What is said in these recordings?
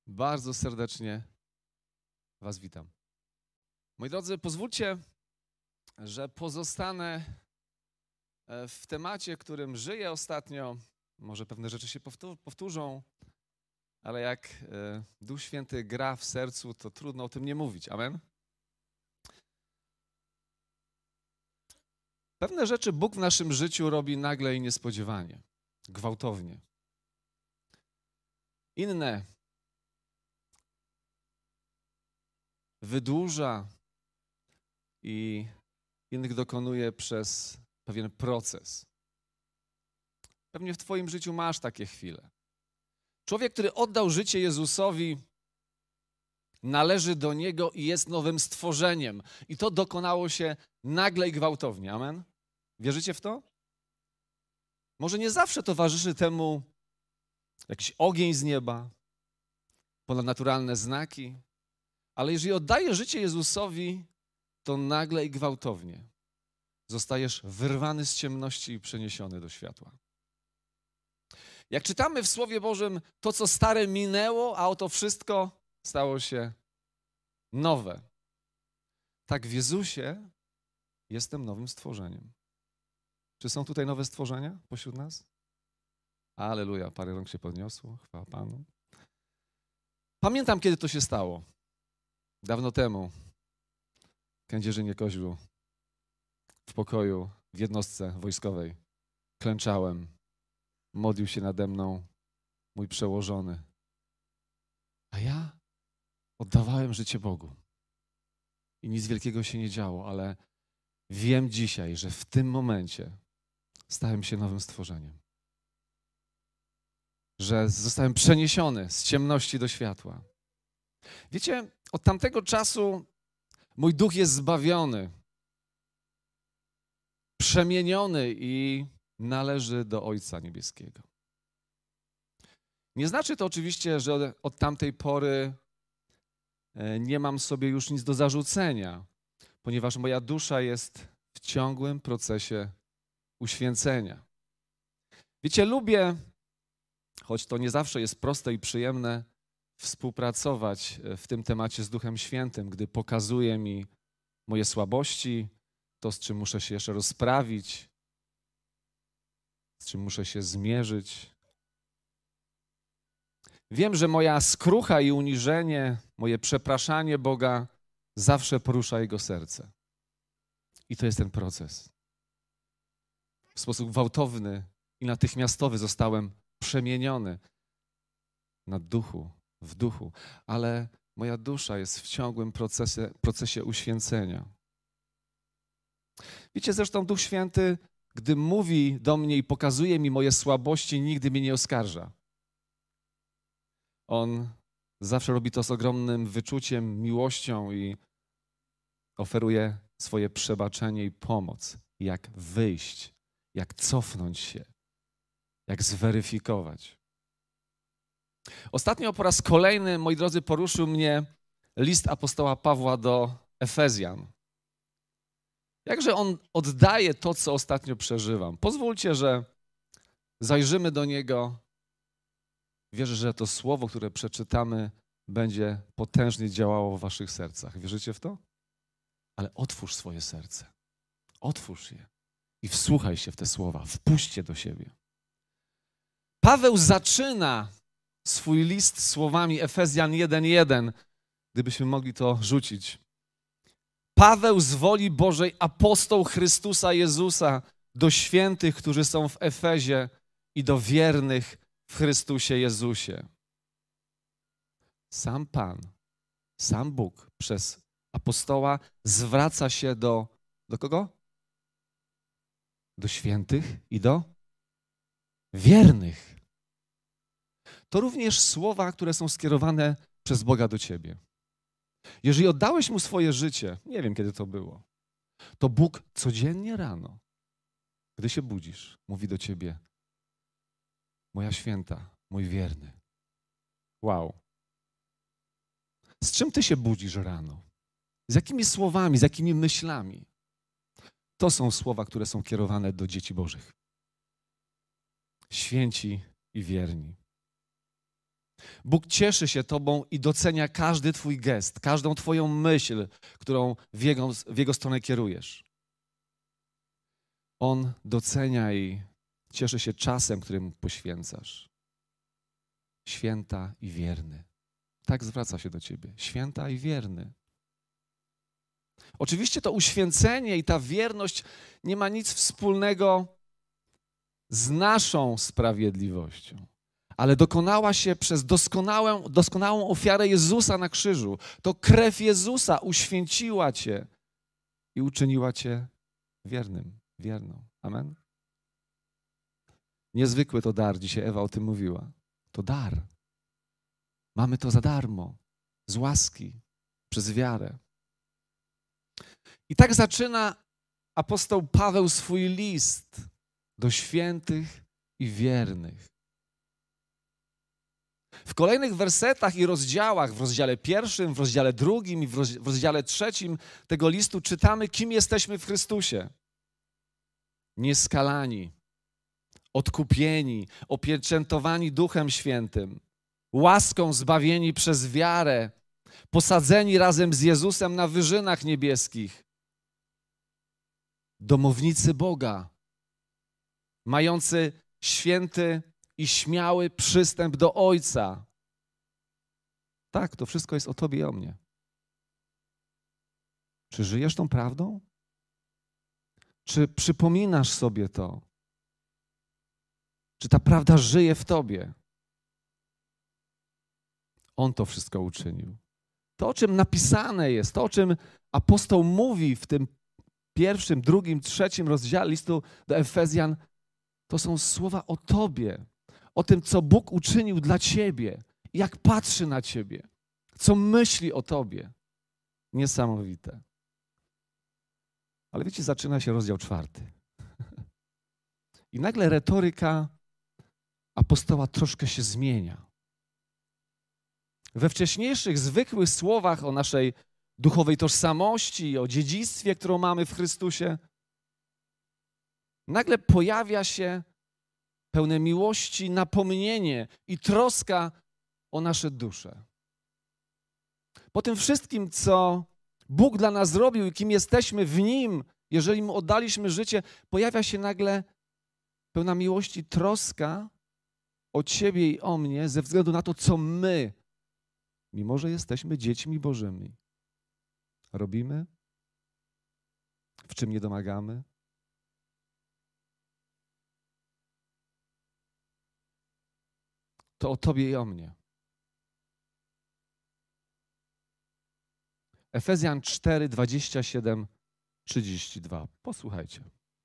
Bardzo serdecznie Was witam. Moi drodzy, pozwólcie, że pozostanę w temacie, którym żyję ostatnio. Może pewne rzeczy się powtórzą, ale jak Duch Święty gra w sercu, to trudno o tym nie mówić. Amen? Pewne rzeczy Bóg w naszym życiu robi nagle i niespodziewanie, gwałtownie. Inne wydłuża i innych dokonuje przez pewien proces. Pewnie w Twoim życiu masz takie chwile. Człowiek, który oddał życie Jezusowi, należy do Niego i jest nowym stworzeniem. I to dokonało się nagle i gwałtownie. Amen? Wierzycie w to? Może nie zawsze towarzyszy temu jakiś ogień z nieba, ponadnaturalne znaki, ale jeżeli oddajesz życie Jezusowi, to nagle i gwałtownie zostajesz wyrwany z ciemności i przeniesiony do światła. Jak czytamy w Słowie Bożym, to co stare minęło, a oto wszystko stało się nowe. Tak w Jezusie jestem nowym stworzeniem. Czy są tutaj nowe stworzenia pośród nas? Alleluja, parę rąk się podniosło, chwała Panu. Pamiętam, kiedy to się stało. Dawno temu w Kędzierzynie-Koźlu, w pokoju, w jednostce wojskowej, klęczałem. Modlił się nade mną mój przełożony. A ja oddawałem życie Bogu. I nic wielkiego się nie działo, ale wiem dzisiaj, że w tym momencie stałem się nowym stworzeniem. Że zostałem przeniesiony z ciemności do światła. Wiecie, od tamtego czasu mój duch jest zbawiony, przemieniony i należy do Ojca Niebieskiego. Nie znaczy to oczywiście, że od tamtej pory nie mam sobie już nic do zarzucenia, ponieważ moja dusza jest w ciągłym procesie uświęcenia. Wiecie, lubię, choć to nie zawsze jest proste i przyjemne, współpracować w tym temacie z Duchem Świętym, gdy pokazuje mi moje słabości, to, z czym muszę się jeszcze rozprawić, z czym muszę się zmierzyć. Wiem, że moja skrucha i uniżenie, moje przepraszanie Boga zawsze porusza Jego serce. I to jest ten proces. W sposób gwałtowny i natychmiastowy zostałem przemieniony w duchu, ale moja dusza jest w ciągłym procesie uświęcenia. Wiecie, zresztą Duch Święty, gdy mówi do mnie i pokazuje mi moje słabości, nigdy mnie nie oskarża. On zawsze robi to z ogromnym wyczuciem, miłością i oferuje swoje przebaczenie i pomoc. Jak wyjść, jak cofnąć się, jak zweryfikować. Ostatnio po raz kolejny, moi drodzy, poruszył mnie list apostoła Pawła do Efezjan. Jakże on oddaje to, co ostatnio przeżywam. Pozwólcie, że zajrzymy do niego. Wierzę, że to słowo, które przeczytamy, będzie potężnie działało w waszych sercach. Wierzycie w to? Ale otwórz swoje serce. Otwórz je i wsłuchaj się w te słowa. Wpuść je do siebie. Paweł zaczyna swój list słowami Efezjan 1:1, gdybyśmy mogli to rzucić. Paweł z woli Bożej, apostoł Chrystusa Jezusa, do świętych, którzy są w Efezie i do wiernych w Chrystusie Jezusie. Sam Pan, sam Bóg przez apostoła zwraca się do kogo? Do świętych i do wiernych. To również słowa, które są skierowane przez Boga do ciebie. Jeżeli oddałeś Mu swoje życie, nie wiem kiedy to było, to Bóg codziennie rano, gdy się budzisz, mówi do ciebie: moja święta, mój wierny. Wow. Z czym ty się budzisz rano? Z jakimi słowami, z jakimi myślami? To są słowa, które są kierowane do dzieci Bożych. Święci i wierni. Bóg cieszy się Tobą i docenia każdy Twój gest, każdą Twoją myśl, którą w Jego stronę kierujesz. On docenia i cieszy się czasem, który Mu poświęcasz. Święta i wierny. Tak zwraca się do Ciebie. Święta i wierny. Oczywiście to uświęcenie i ta wierność nie ma nic wspólnego z naszą sprawiedliwością, ale dokonała się przez doskonałą ofiarę Jezusa na krzyżu. To krew Jezusa uświęciła Cię i uczyniła Cię wierną. Amen? Niezwykły to dar, dzisiaj Ewa o tym mówiła. To dar. Mamy to za darmo, z łaski, przez wiarę. I tak zaczyna apostoł Paweł swój list do świętych i wiernych. W kolejnych wersetach i rozdziałach, w rozdziale 1, w rozdziale 2 i w rozdziale 3 tego listu czytamy, kim jesteśmy w Chrystusie. Nieskalani, odkupieni, opieczętowani Duchem Świętym, łaską zbawieni przez wiarę, posadzeni razem z Jezusem na wyżynach niebieskich, domownicy Boga, mający święty i śmiały przystęp do Ojca. Tak, to wszystko jest o Tobie i o mnie. Czy żyjesz tą prawdą? Czy przypominasz sobie to? Czy ta prawda żyje w Tobie? On to wszystko uczynił. To, o czym napisane jest, to, o czym apostoł mówi w tym 1., 2., 3 rozdziale listu do Efezjan, to są słowa o Tobie, o tym, co Bóg uczynił dla Ciebie, jak patrzy na Ciebie, co myśli o Tobie. Niesamowite. Ale wiecie, zaczyna się rozdział 4. I nagle retoryka apostoła troszkę się zmienia. We wcześniejszych, zwykłych słowach o naszej duchowej tożsamości, o dziedzictwie, którą mamy w Chrystusie, nagle pojawia się pełne miłości napomnienie i troska o nasze dusze. Po tym wszystkim, co Bóg dla nas zrobił i kim jesteśmy w Nim, jeżeli Mu oddaliśmy życie, pojawia się nagle pełna miłości troska o Ciebie i o mnie ze względu na to, co my, mimo że jesteśmy dziećmi Bożymi, robimy, w czym nie domagamy. To o Tobie i o mnie. Efezjan 4, 27, 32. Posłuchajcie.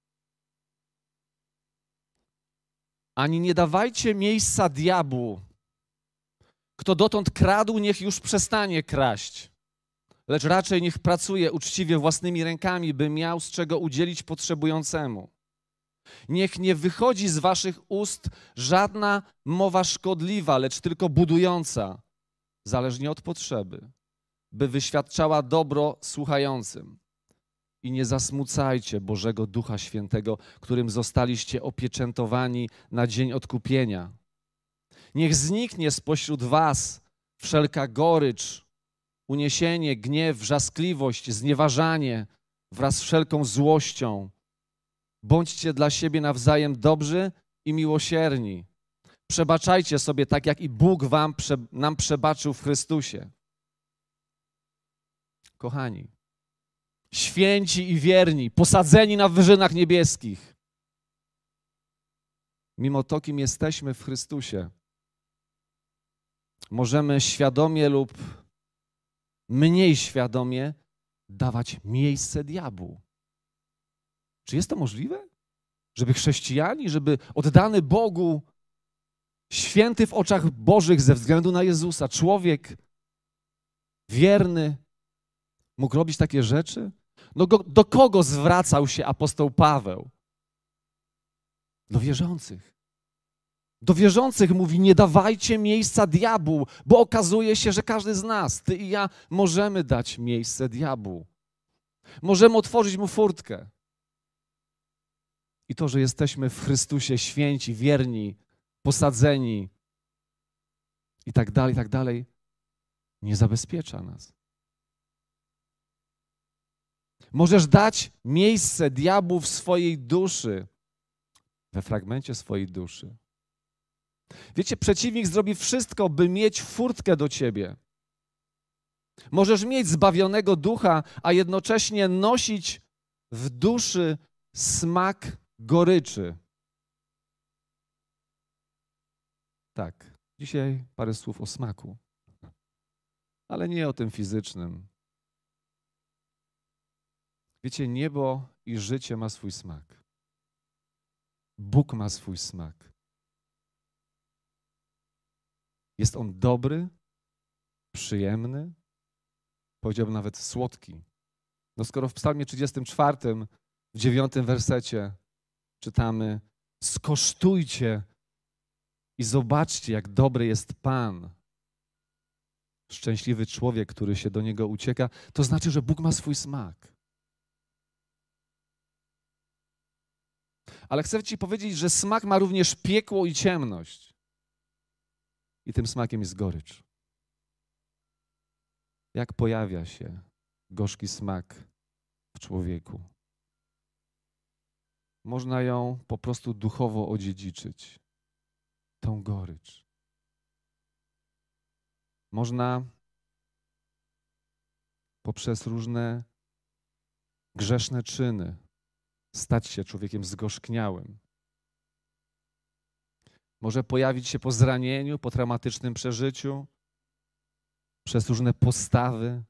Ani nie dawajcie miejsca diabłu. Kto dotąd kradł, niech już przestanie kraść, lecz raczej niech pracuje uczciwie własnymi rękami, by miał z czego udzielić potrzebującemu. Niech nie wychodzi z waszych ust żadna mowa szkodliwa, lecz tylko budująca, zależnie od potrzeby, by wyświadczała dobro słuchającym. I nie zasmucajcie Bożego Ducha Świętego, którym zostaliście opieczętowani na dzień odkupienia. Niech zniknie spośród was wszelka gorycz, uniesienie, gniew, wrzaskliwość, znieważanie wraz z wszelką złością. Bądźcie dla siebie nawzajem dobrzy i miłosierni. Przebaczajcie sobie tak, jak i Bóg nam przebaczył w Chrystusie. Kochani, święci i wierni, posadzeni na wyżynach niebieskich. Mimo to, kim jesteśmy w Chrystusie, możemy świadomie lub mniej świadomie dawać miejsce diabłu. Czy jest to możliwe? Żeby chrześcijanie, żeby oddany Bogu, święty w oczach Bożych ze względu na Jezusa, człowiek wierny mógł robić takie rzeczy? No do kogo zwracał się apostoł Paweł? Do wierzących. Do wierzących mówi, nie dawajcie miejsca diabłu, bo okazuje się, że każdy z nas, ty i ja, możemy dać miejsce diabłu. Możemy otworzyć mu furtkę. I to, że jesteśmy w Chrystusie święci, wierni, posadzeni, i tak dalej, nie zabezpiecza nas. Możesz dać miejsce diabłu w swojej duszy, we fragmencie swojej duszy. Wiecie, przeciwnik zrobi wszystko, by mieć furtkę do ciebie. Możesz mieć zbawionego ducha, a jednocześnie nosić w duszy smak goryczy. Tak, dzisiaj parę słów o smaku, ale nie o tym fizycznym. Wiecie, niebo i życie ma swój smak. Bóg ma swój smak. Jest on dobry, przyjemny, powiedziałbym nawet słodki. No skoro w Psalmie 34, w 9 wersecie czytamy: skosztujcie i zobaczcie, jak dobry jest Pan. Szczęśliwy człowiek, który się do Niego ucieka, to znaczy, że Bóg ma swój smak. Ale chcę ci powiedzieć, że smak ma również piekło i ciemność. I tym smakiem jest gorycz. Jak pojawia się gorzki smak w człowieku? Można ją po prostu duchowo odziedziczyć. Tą gorycz. Można poprzez różne grzeszne czyny stać się człowiekiem zgorzkniałym. Może pojawić się po zranieniu, po traumatycznym przeżyciu, przez różne postawy.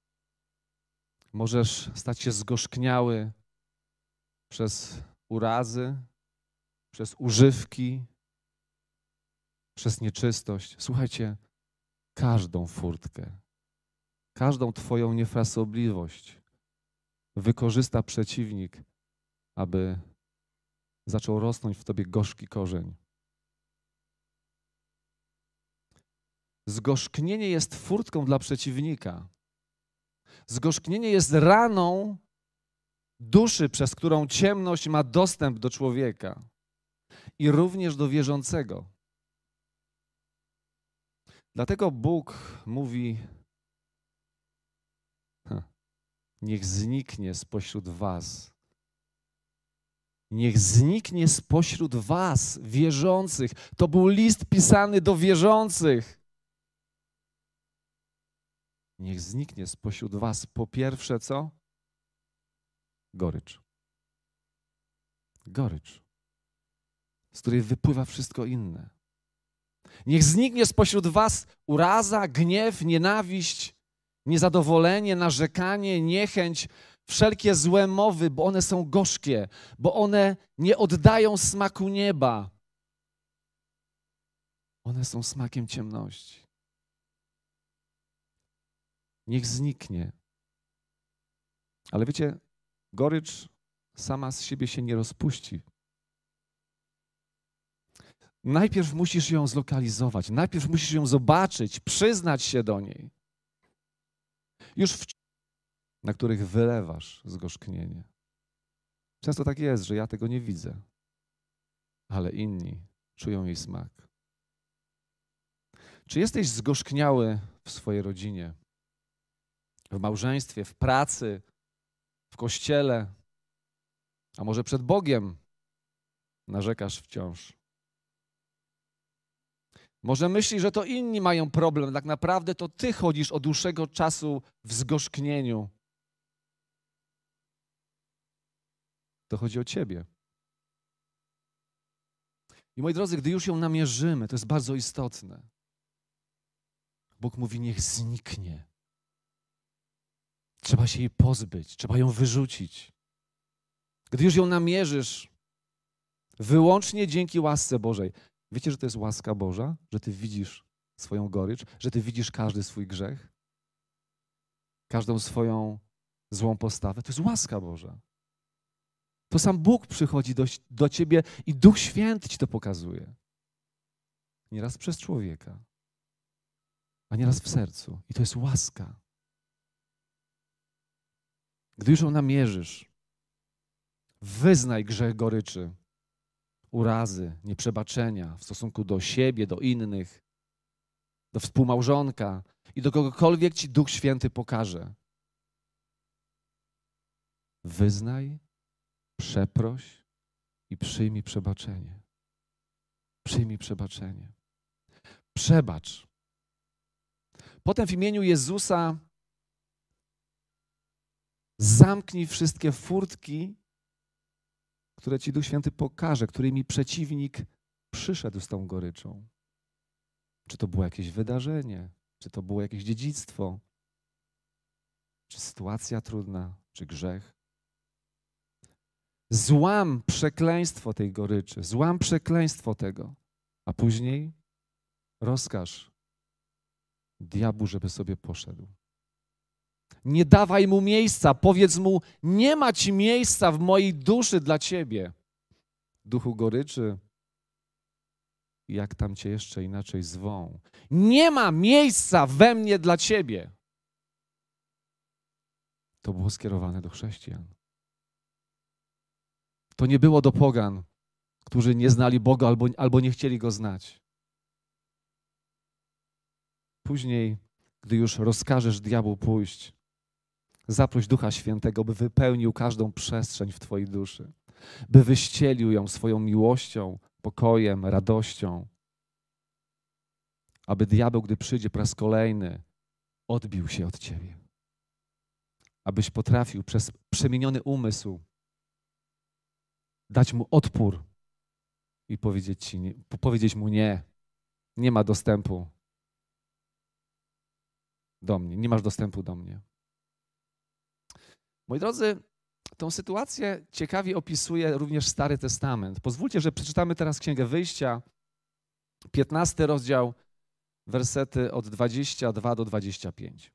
Możesz stać się zgorzkniały przez urazy, przez używki, przez nieczystość. Słuchajcie, każdą furtkę, każdą twoją niefrasobliwość wykorzysta przeciwnik, aby zaczął rosnąć w tobie gorzki korzeń. Zgorzknienie jest furtką dla przeciwnika. Zgorzknienie jest raną duszy, przez którą ciemność ma dostęp do człowieka i również do wierzącego. Dlatego Bóg mówi: niech zniknie spośród was. Niech zniknie spośród was, wierzących. To był list pisany do wierzących. Niech zniknie spośród was po pierwsze co? Gorycz. Gorycz, z której wypływa wszystko inne. Niech zniknie spośród was uraza, gniew, nienawiść, niezadowolenie, narzekanie, niechęć, wszelkie złe mowy, bo one są gorzkie, bo one nie oddają smaku nieba. One są smakiem ciemności. Niech zniknie. Ale wiecie, gorycz sama z siebie się nie rozpuści. Najpierw musisz ją zlokalizować, najpierw musisz ją zobaczyć, przyznać się do niej. Już na których wylewasz zgorzknienie. Często tak jest, że ja tego nie widzę, ale inni czują jej smak. Czy jesteś zgorzkniały w swojej rodzinie, w małżeństwie, w pracy, w kościele, a może przed Bogiem narzekasz wciąż? Może myślisz, że to inni mają problem, tak naprawdę to ty chodzisz od dłuższego czasu w zgorzknieniu. To chodzi o ciebie. I moi drodzy, gdy już ją namierzymy, to jest bardzo istotne. Bóg mówi: niech zniknie. Trzeba się jej pozbyć, trzeba ją wyrzucić. Gdy już ją namierzysz, wyłącznie dzięki łasce Bożej. Wiecie, że to jest łaska Boża? Że ty widzisz swoją gorycz, że ty widzisz każdy swój grzech, każdą swoją złą postawę. To jest łaska Boża. To sam Bóg przychodzi do ciebie i Duch Święty ci to pokazuje. Nieraz przez człowieka, a nieraz w sercu. I to jest łaska. Gdy już ją namierzysz, wyznaj grzech goryczy, urazy, nieprzebaczenia w stosunku do siebie, do innych. do współmałżonka i do kogokolwiek ci Duch Święty pokaże. Wyznaj, przeproś i przyjmij przebaczenie. Przyjmij przebaczenie. Przebacz. Potem w imieniu Jezusa zamknij wszystkie furtki, które ci Duch Święty pokaże, którymi przeciwnik przyszedł z tą goryczą. Czy to było jakieś wydarzenie, czy to było jakieś dziedzictwo, czy sytuacja trudna, czy grzech. Złam przekleństwo tej goryczy, złam przekleństwo tego, a później rozkaż diabłu, żeby sobie poszedł. Nie dawaj mu miejsca, powiedz mu, nie ma ci miejsca w mojej duszy dla ciebie. Duchu goryczy, jak tam cię jeszcze inaczej zwą. Nie ma miejsca we mnie dla ciebie. To było skierowane do chrześcijan. To nie było do pogan, którzy nie znali Boga albo nie chcieli Go znać. Później, gdy już rozkażesz diabłu pójść, zaproś Ducha Świętego, by wypełnił każdą przestrzeń w twojej duszy, by wyścielił ją swoją miłością, pokojem, radością, aby diabeł, gdy przyjdzie po raz kolejny, odbił się od ciebie. Abyś potrafił przez przemieniony umysł dać mu odpór i powiedzieć mu nie. Nie ma dostępu do mnie. Nie masz dostępu do mnie. Moi drodzy, tą sytuację ciekawie opisuje również Stary Testament. Pozwólcie, że przeczytamy teraz Księgę Wyjścia, 15 rozdział, wersety od 22 do 25.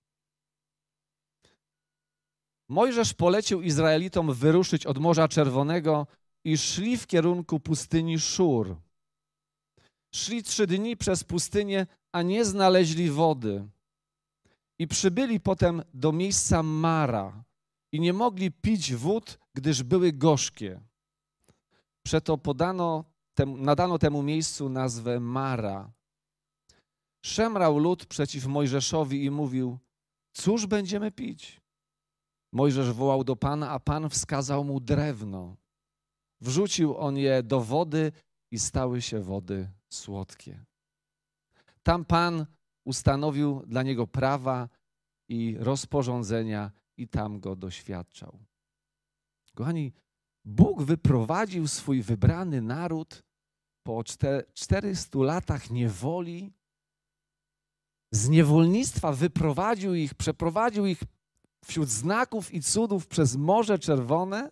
Mojżesz polecił Izraelitom wyruszyć od Morza Czerwonego i szli w kierunku pustyni Szur. Szli 3 dni przez pustynię, a nie znaleźli wody. I przybyli potem do miejsca Mara i nie mogli pić wód, gdyż były gorzkie. Przeto nadano temu miejscu nazwę Mara. Szemrał lud przeciw Mojżeszowi i mówił, cóż będziemy pić? Mojżesz wołał do Pana, a Pan wskazał mu drewno. Wrzucił on je do wody i stały się wody słodkie. Tam Pan ustanowił dla niego prawa i rozporządzenia i tam go doświadczał. Kochani, Bóg wyprowadził swój wybrany naród po 400 latach niewoli. Z niewolnictwa wyprowadził ich, przeprowadził ich wśród znaków i cudów przez Morze Czerwone.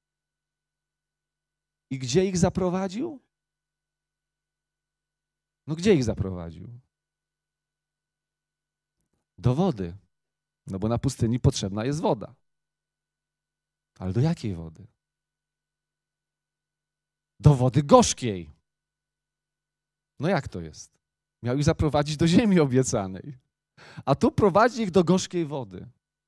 I gdzie ich zaprowadził? No gdzie ich zaprowadził? Do wody. No bo na pustyni potrzebna jest woda. Ale do jakiej wody? Do wody gorzkiej. No jak to jest? Miał ich zaprowadzić do ziemi obiecanej. A tu prowadzi ich do gorzkiej wody.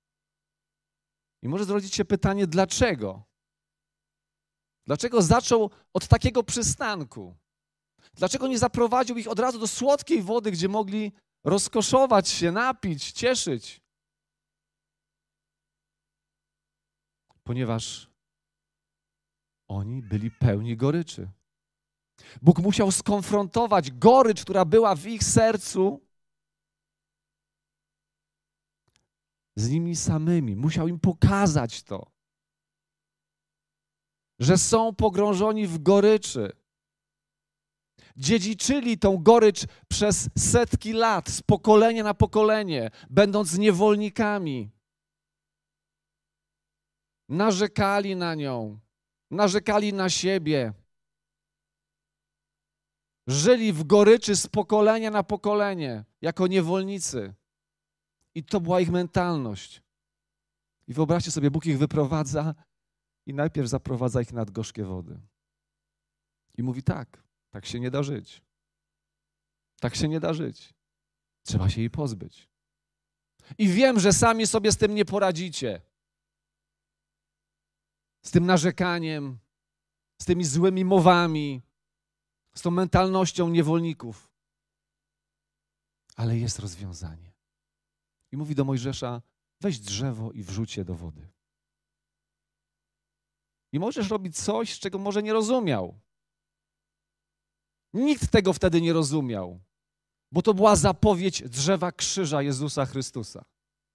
I może zrodzić się pytanie, dlaczego? Dlaczego zaczął od takiego przystanku? Dlaczego nie zaprowadził ich od razu do słodkiej wody, gdzie mogli rozkoszować się, napić, cieszyć? Ponieważ oni byli pełni goryczy. Bóg musiał skonfrontować gorycz, która była w ich sercu, z nimi samymi. Musiał im pokazać to, że są pogrążeni w goryczy. Dziedziczyli tą gorycz przez setki lat, z pokolenia na pokolenie, będąc niewolnikami. Narzekali na nią, narzekali na siebie. Żyli w goryczy z pokolenia na pokolenie, jako niewolnicy. I to była ich mentalność. I wyobraźcie sobie, Bóg ich wyprowadza i najpierw zaprowadza ich nad gorzkie wody. I mówi tak się nie da żyć. Tak się nie da żyć. Trzeba się jej pozbyć. I wiem, że sami sobie z tym nie poradzicie. Z tym narzekaniem, z tymi złymi mowami, z tą mentalnością niewolników. Ale jest rozwiązanie. I mówi do Mojżesza, weź drzewo i wrzuć je do wody. I możesz robić coś, czego może nie rozumiał. Nikt tego wtedy nie rozumiał, bo to była zapowiedź drzewa krzyża Jezusa Chrystusa.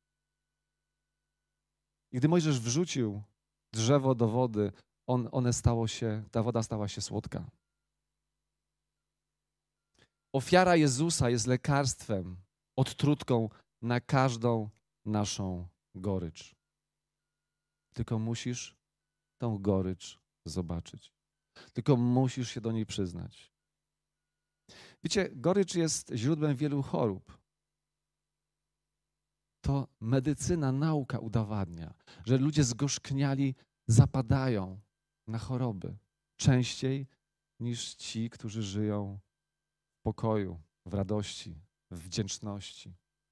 I gdy Mojżesz wrzucił drzewo do wody, ta woda stała się słodka. Ofiara Jezusa jest lekarstwem, odtrutką na każdą naszą gorycz. Tylko musisz tą gorycz zobaczyć. Tylko musisz się do niej przyznać. Wiecie, gorycz jest źródłem wielu chorób. To medycyna, nauka udowadnia, że ludzie zgorzkniali zapadają na choroby częściej niż ci, którzy żyją w pokoju, w radości, w wdzięczności.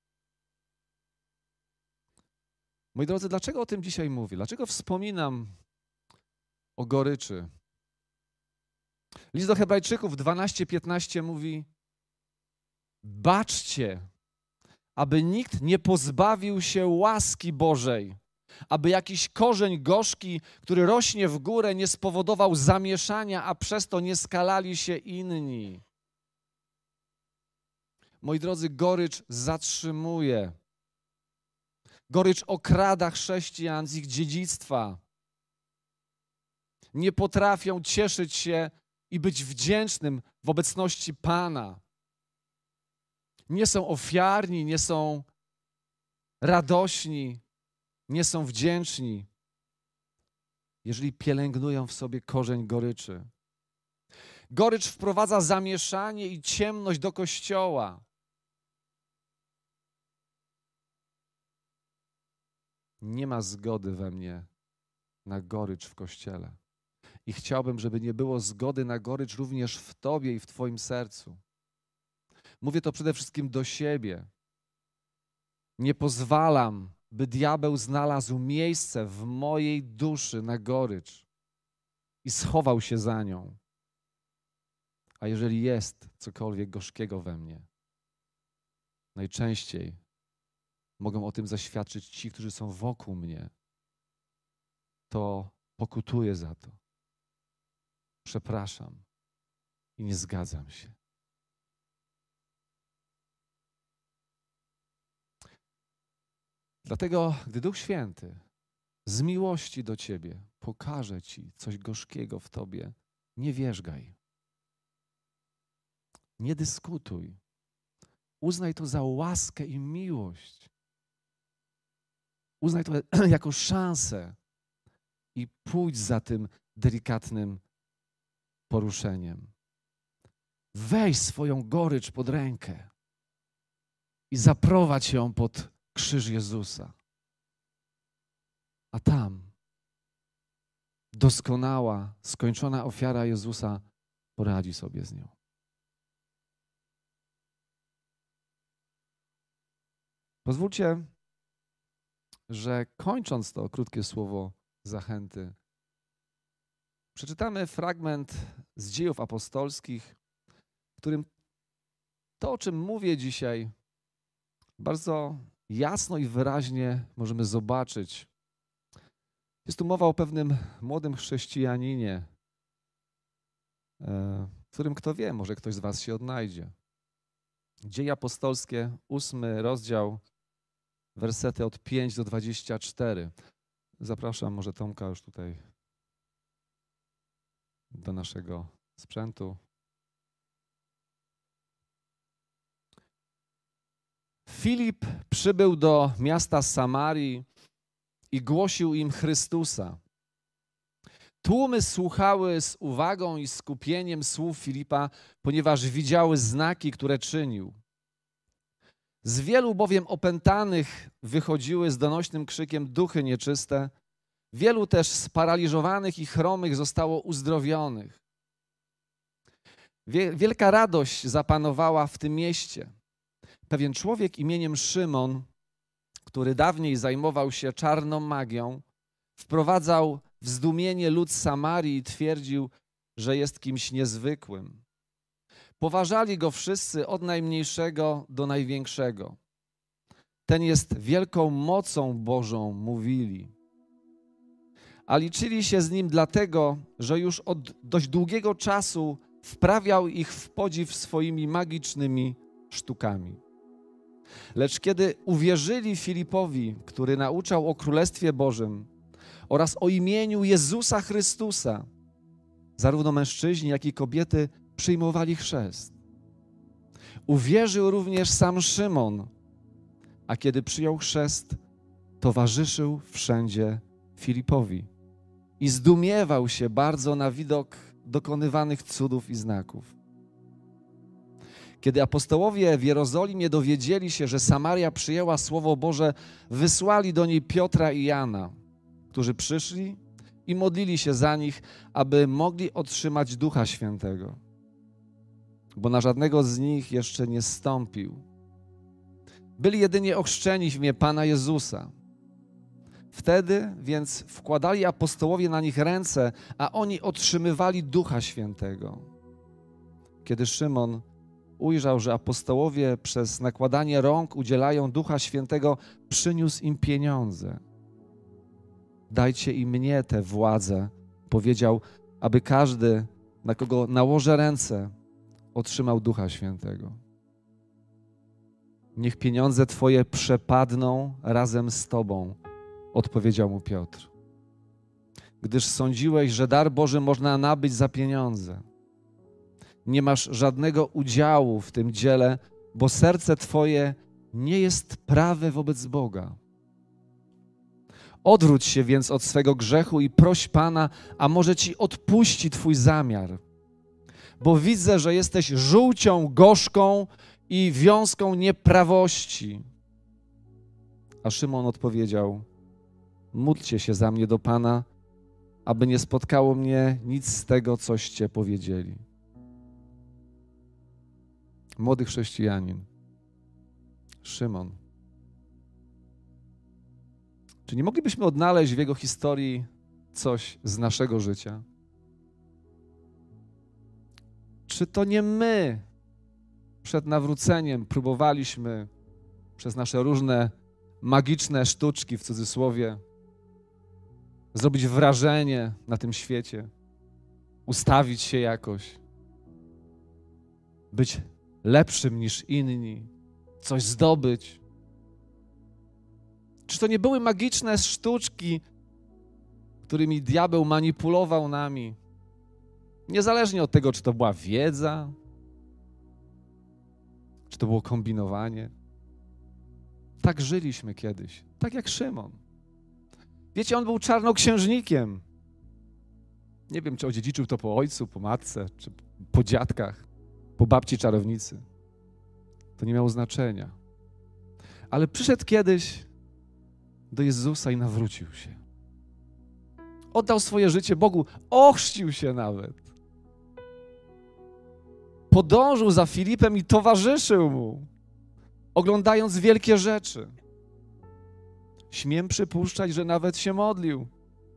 Moi drodzy, dlaczego o tym dzisiaj mówię? Dlaczego wspominam o goryczy? List do Hebrajczyków 12:15 mówi: baczcie, aby nikt nie pozbawił się łaski Bożej, aby jakiś korzeń gorzki, który rośnie w górę, nie spowodował zamieszania, a przez to nie skalali się inni. Moi drodzy, gorycz zatrzymuje. Gorycz okrada chrześcijan z ich dziedzictwa. Nie potrafią cieszyć się i być wdzięcznym w obecności Pana. Nie są ofiarni, nie są radośni, nie są wdzięczni, jeżeli pielęgnują w sobie korzeń goryczy. Gorycz wprowadza zamieszanie i ciemność do Kościoła. Nie ma zgody we mnie na gorycz w Kościele. I chciałbym, żeby nie było zgody na gorycz również w Tobie i w Twoim sercu. Mówię to przede wszystkim do siebie. Nie pozwalam, by diabeł znalazł miejsce w mojej duszy na gorycz i schował się za nią. A jeżeli jest cokolwiek gorzkiego we mnie, najczęściej mogą o tym zaświadczyć ci, którzy są wokół mnie, to pokutuję za to. Przepraszam i nie zgadzam się. Dlatego, gdy Duch Święty z miłości do ciebie pokaże ci coś gorzkiego w tobie, nie wierzgaj. Nie dyskutuj. Uznaj to za łaskę i miłość. Uznaj to jako szansę i pójdź za tym delikatnym poruszeniem. Weź swoją gorycz pod rękę i zaprowadź ją pod krzyż Jezusa. A tam doskonała, skończona ofiara Jezusa poradzi sobie z nią. Pozwólcie, że kończąc to krótkie słowo zachęty, przeczytamy fragment z Dziejów Apostolskich, w którym to, o czym mówię dzisiaj, bardzo jasno i wyraźnie możemy zobaczyć. Jest tu mowa o pewnym młodym chrześcijaninie, w którym, kto wie, może ktoś z was się odnajdzie. Dzieje Apostolskie, 8 rozdział, wersety od 5 do 24. Zapraszam może Tomka już tutaj do naszego sprzętu. Filip przybył do miasta Samarii i głosił im Chrystusa. Tłumy słuchały z uwagą i skupieniem słów Filipa, ponieważ widziały znaki, które czynił. Z wielu bowiem opętanych wychodziły z donośnym krzykiem duchy nieczyste, wielu też sparaliżowanych i chromych zostało uzdrowionych. Wielka radość zapanowała w tym mieście. Pewien człowiek imieniem Szymon, który dawniej zajmował się czarną magią, wprowadzał w zdumienie lud Samarii i twierdził, że jest kimś niezwykłym. Poważali go wszyscy od najmniejszego do największego. Ten jest wielką mocą Bożą, mówili. A liczyli się z nim dlatego, że już od dość długiego czasu wprawiał ich w podziw swoimi magicznymi sztukami. Lecz kiedy uwierzyli Filipowi, który nauczał o Królestwie Bożym oraz o imieniu Jezusa Chrystusa, zarówno mężczyźni, jak i kobiety przyjmowali chrzest. Uwierzył również sam Szymon, a kiedy przyjął chrzest, towarzyszył wszędzie Filipowi i zdumiewał się bardzo na widok dokonywanych cudów i znaków. Kiedy apostołowie w Jerozolimie dowiedzieli się, że Samaria przyjęła Słowo Boże, wysłali do niej Piotra i Jana, którzy przyszli i modlili się za nich, aby mogli otrzymać Ducha Świętego, bo na żadnego z nich jeszcze nie zstąpił. Byli jedynie ochrzczeni w imię Pana Jezusa. Wtedy więc wkładali apostołowie na nich ręce, a oni otrzymywali Ducha Świętego. Kiedy Szymon ujrzał, że apostołowie przez nakładanie rąk udzielają Ducha Świętego, przyniósł im pieniądze. Dajcie i mnie tę władzę, powiedział, aby każdy, na kogo nałożę ręce, otrzymał Ducha Świętego. Niech pieniądze Twoje przepadną razem z Tobą, odpowiedział mu Piotr. Gdyż sądziłeś, że dar Boży można nabyć za pieniądze. Nie masz żadnego udziału w tym dziele, bo serce Twoje nie jest prawe wobec Boga. Odwróć się więc od swego grzechu i proś Pana, a może Ci odpuści Twój zamiar. Bo widzę, że jesteś żółcią gorzką i wiązką nieprawości. A Szymon odpowiedział, módlcie się za mnie do Pana, aby nie spotkało mnie nic z tego, coście powiedzieli. Młody chrześcijanin, Szymon. Czy nie moglibyśmy odnaleźć w jego historii coś z naszego życia? Czy to nie my przed nawróceniem próbowaliśmy przez nasze różne magiczne sztuczki, w cudzysłowie, zrobić wrażenie na tym świecie, ustawić się jakoś, być lepszym niż inni, coś zdobyć? Czy to nie były magiczne sztuczki, którymi diabeł manipulował nami? Niezależnie od tego, czy to była wiedza, czy to było kombinowanie. Tak żyliśmy kiedyś, tak jak Szymon. Wiecie, on był czarnoksiężnikiem. Nie wiem, czy odziedziczył to po ojcu, po matce, czy po dziadkach, po babci czarownicy. To nie miało znaczenia. Ale przyszedł kiedyś do Jezusa i nawrócił się. Oddał swoje życie Bogu, ochrzcił się nawet. Podążył za Filipem i towarzyszył mu, oglądając wielkie rzeczy. Śmiem przypuszczać, że nawet się modlił.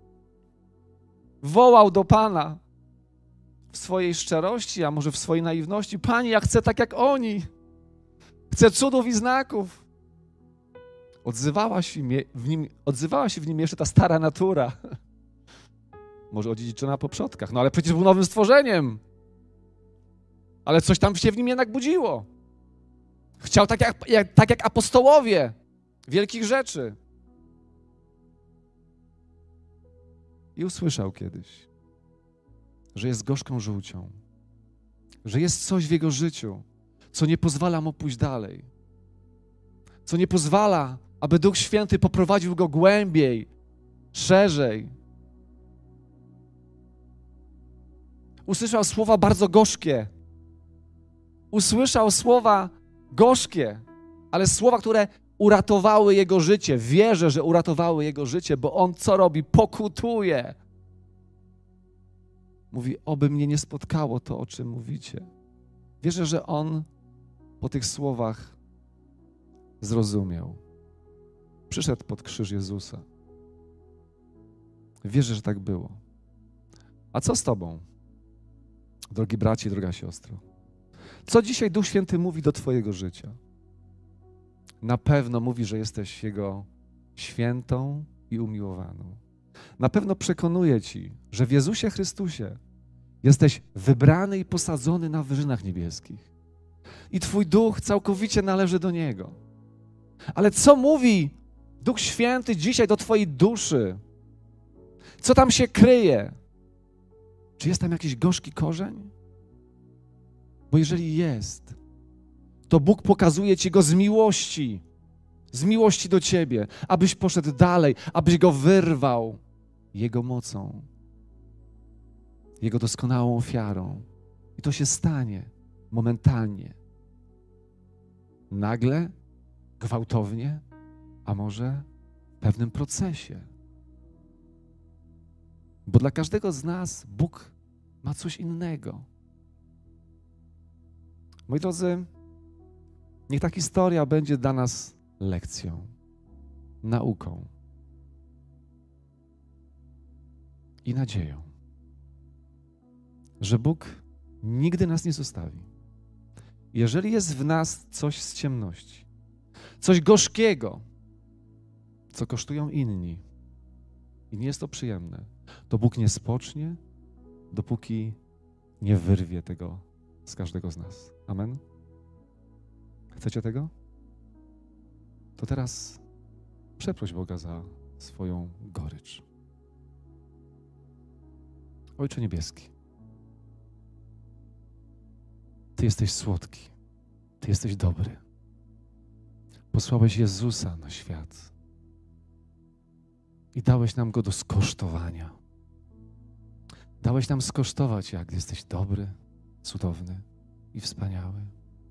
Wołał do Pana w swojej szczerości, a może w swojej naiwności. Panie, ja chcę tak jak oni. Chcę cudów i znaków. Odzywała się w nim jeszcze ta stara natura. Może odziedziczona po przodkach, no ale przecież był nowym stworzeniem. Ale coś tam się w nim jednak budziło. Chciał tak jak apostołowie wielkich rzeczy. I usłyszał kiedyś, że jest gorzką żółcią, że jest coś w jego życiu, co nie pozwala mu pójść dalej, co nie pozwala, aby Duch Święty poprowadził go głębiej, szerzej. Usłyszał słowa bardzo gorzkie. Usłyszał słowa gorzkie, ale słowa, które uratowały jego życie. Wierzę, że uratowały jego życie, bo on co robi? Pokutuje. Mówi, oby mnie nie spotkało to, o czym mówicie. Wierzę, że on po tych słowach zrozumiał. Przyszedł pod krzyż Jezusa. Wierzę, że tak było. A co z tobą, drogi bracie, droga siostro? Co dzisiaj Duch Święty mówi do twojego życia? Na pewno mówi, że jesteś Jego świętą i umiłowaną. Na pewno przekonuje ci, że w Jezusie Chrystusie jesteś wybrany i posadzony na wyżynach niebieskich. I twój duch całkowicie należy do Niego. Ale co mówi Duch Święty dzisiaj do twojej duszy? Co tam się kryje? Czy jest tam jakiś gorzki korzeń? Bo jeżeli jest, to Bóg pokazuje ci go z miłości do ciebie, abyś poszedł dalej, abyś go wyrwał Jego mocą, Jego doskonałą ofiarą. I to się stanie momentalnie, nagle, gwałtownie, a może w pewnym procesie. Bo dla każdego z nas Bóg ma coś innego. Moi drodzy, niech ta historia będzie dla nas lekcją, nauką i nadzieją, że Bóg nigdy nas nie zostawi. Jeżeli jest w nas coś z ciemności, coś gorzkiego, co kosztują inni i nie jest to przyjemne, to Bóg nie spocznie, dopóki nie wyrwie tego z każdego z nas. Amen? Chcecie tego? To teraz przeproś Boga za swoją gorycz. Ojcze Niebieski, Ty jesteś słodki, Ty jesteś dobry. Posłałeś Jezusa na świat i dałeś nam Go do skosztowania. Dałeś nam skosztować, jak jesteś dobry, cudowny i wspaniały.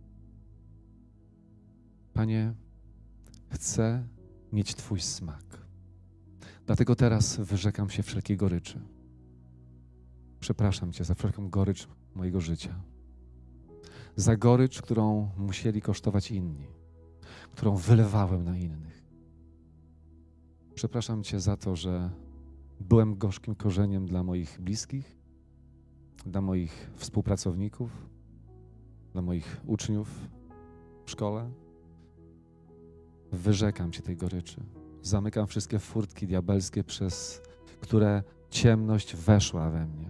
Panie, chcę mieć Twój smak. Dlatego teraz wyrzekam się wszelkiej goryczy. Przepraszam Cię za wszelką gorycz mojego życia. Za gorycz, którą musieli kosztować inni, którą wylewałem na innych. Przepraszam Cię za to, że byłem gorzkim korzeniem dla moich bliskich, dla moich współpracowników, dla moich uczniów w szkole. Wyrzekam Cię tej goryczy. Zamykam wszystkie furtki diabelskie, przez które ciemność weszła we mnie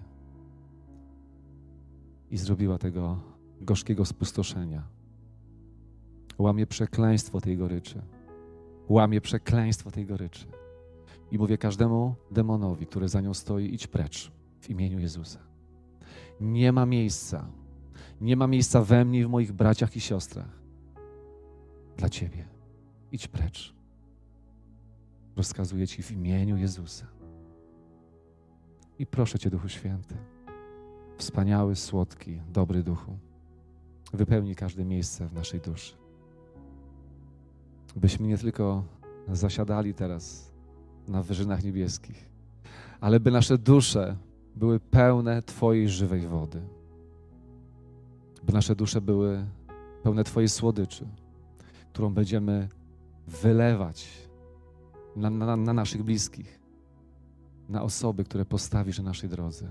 i zrobiła tego gorzkiego spustoszenia. Łamię przekleństwo tej goryczy. Łamię przekleństwo tej goryczy. I mówię każdemu demonowi, który za nią stoi, idź precz w imieniu Jezusa. Nie ma miejsca. Nie ma miejsca we mnie i w moich braciach i siostrach dla Ciebie. Idź precz. Rozkazuję Ci w imieniu Jezusa. I proszę Cię, Duchu Święty, wspaniały, słodki, dobry Duchu, wypełnij każde miejsce w naszej duszy. Byśmy nie tylko zasiadali teraz na wyżynach niebieskich, ale by nasze dusze były pełne Twojej żywej wody. By nasze dusze były pełne Twojej słodyczy, którą będziemy wylewać na naszych bliskich, na osoby, które postawisz na naszej drodze.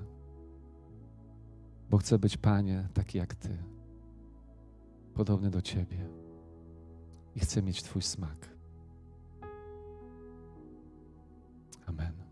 Bo chcę być, Panie, taki jak Ty, podobny do Ciebie i chcę mieć Twój smak. Amen.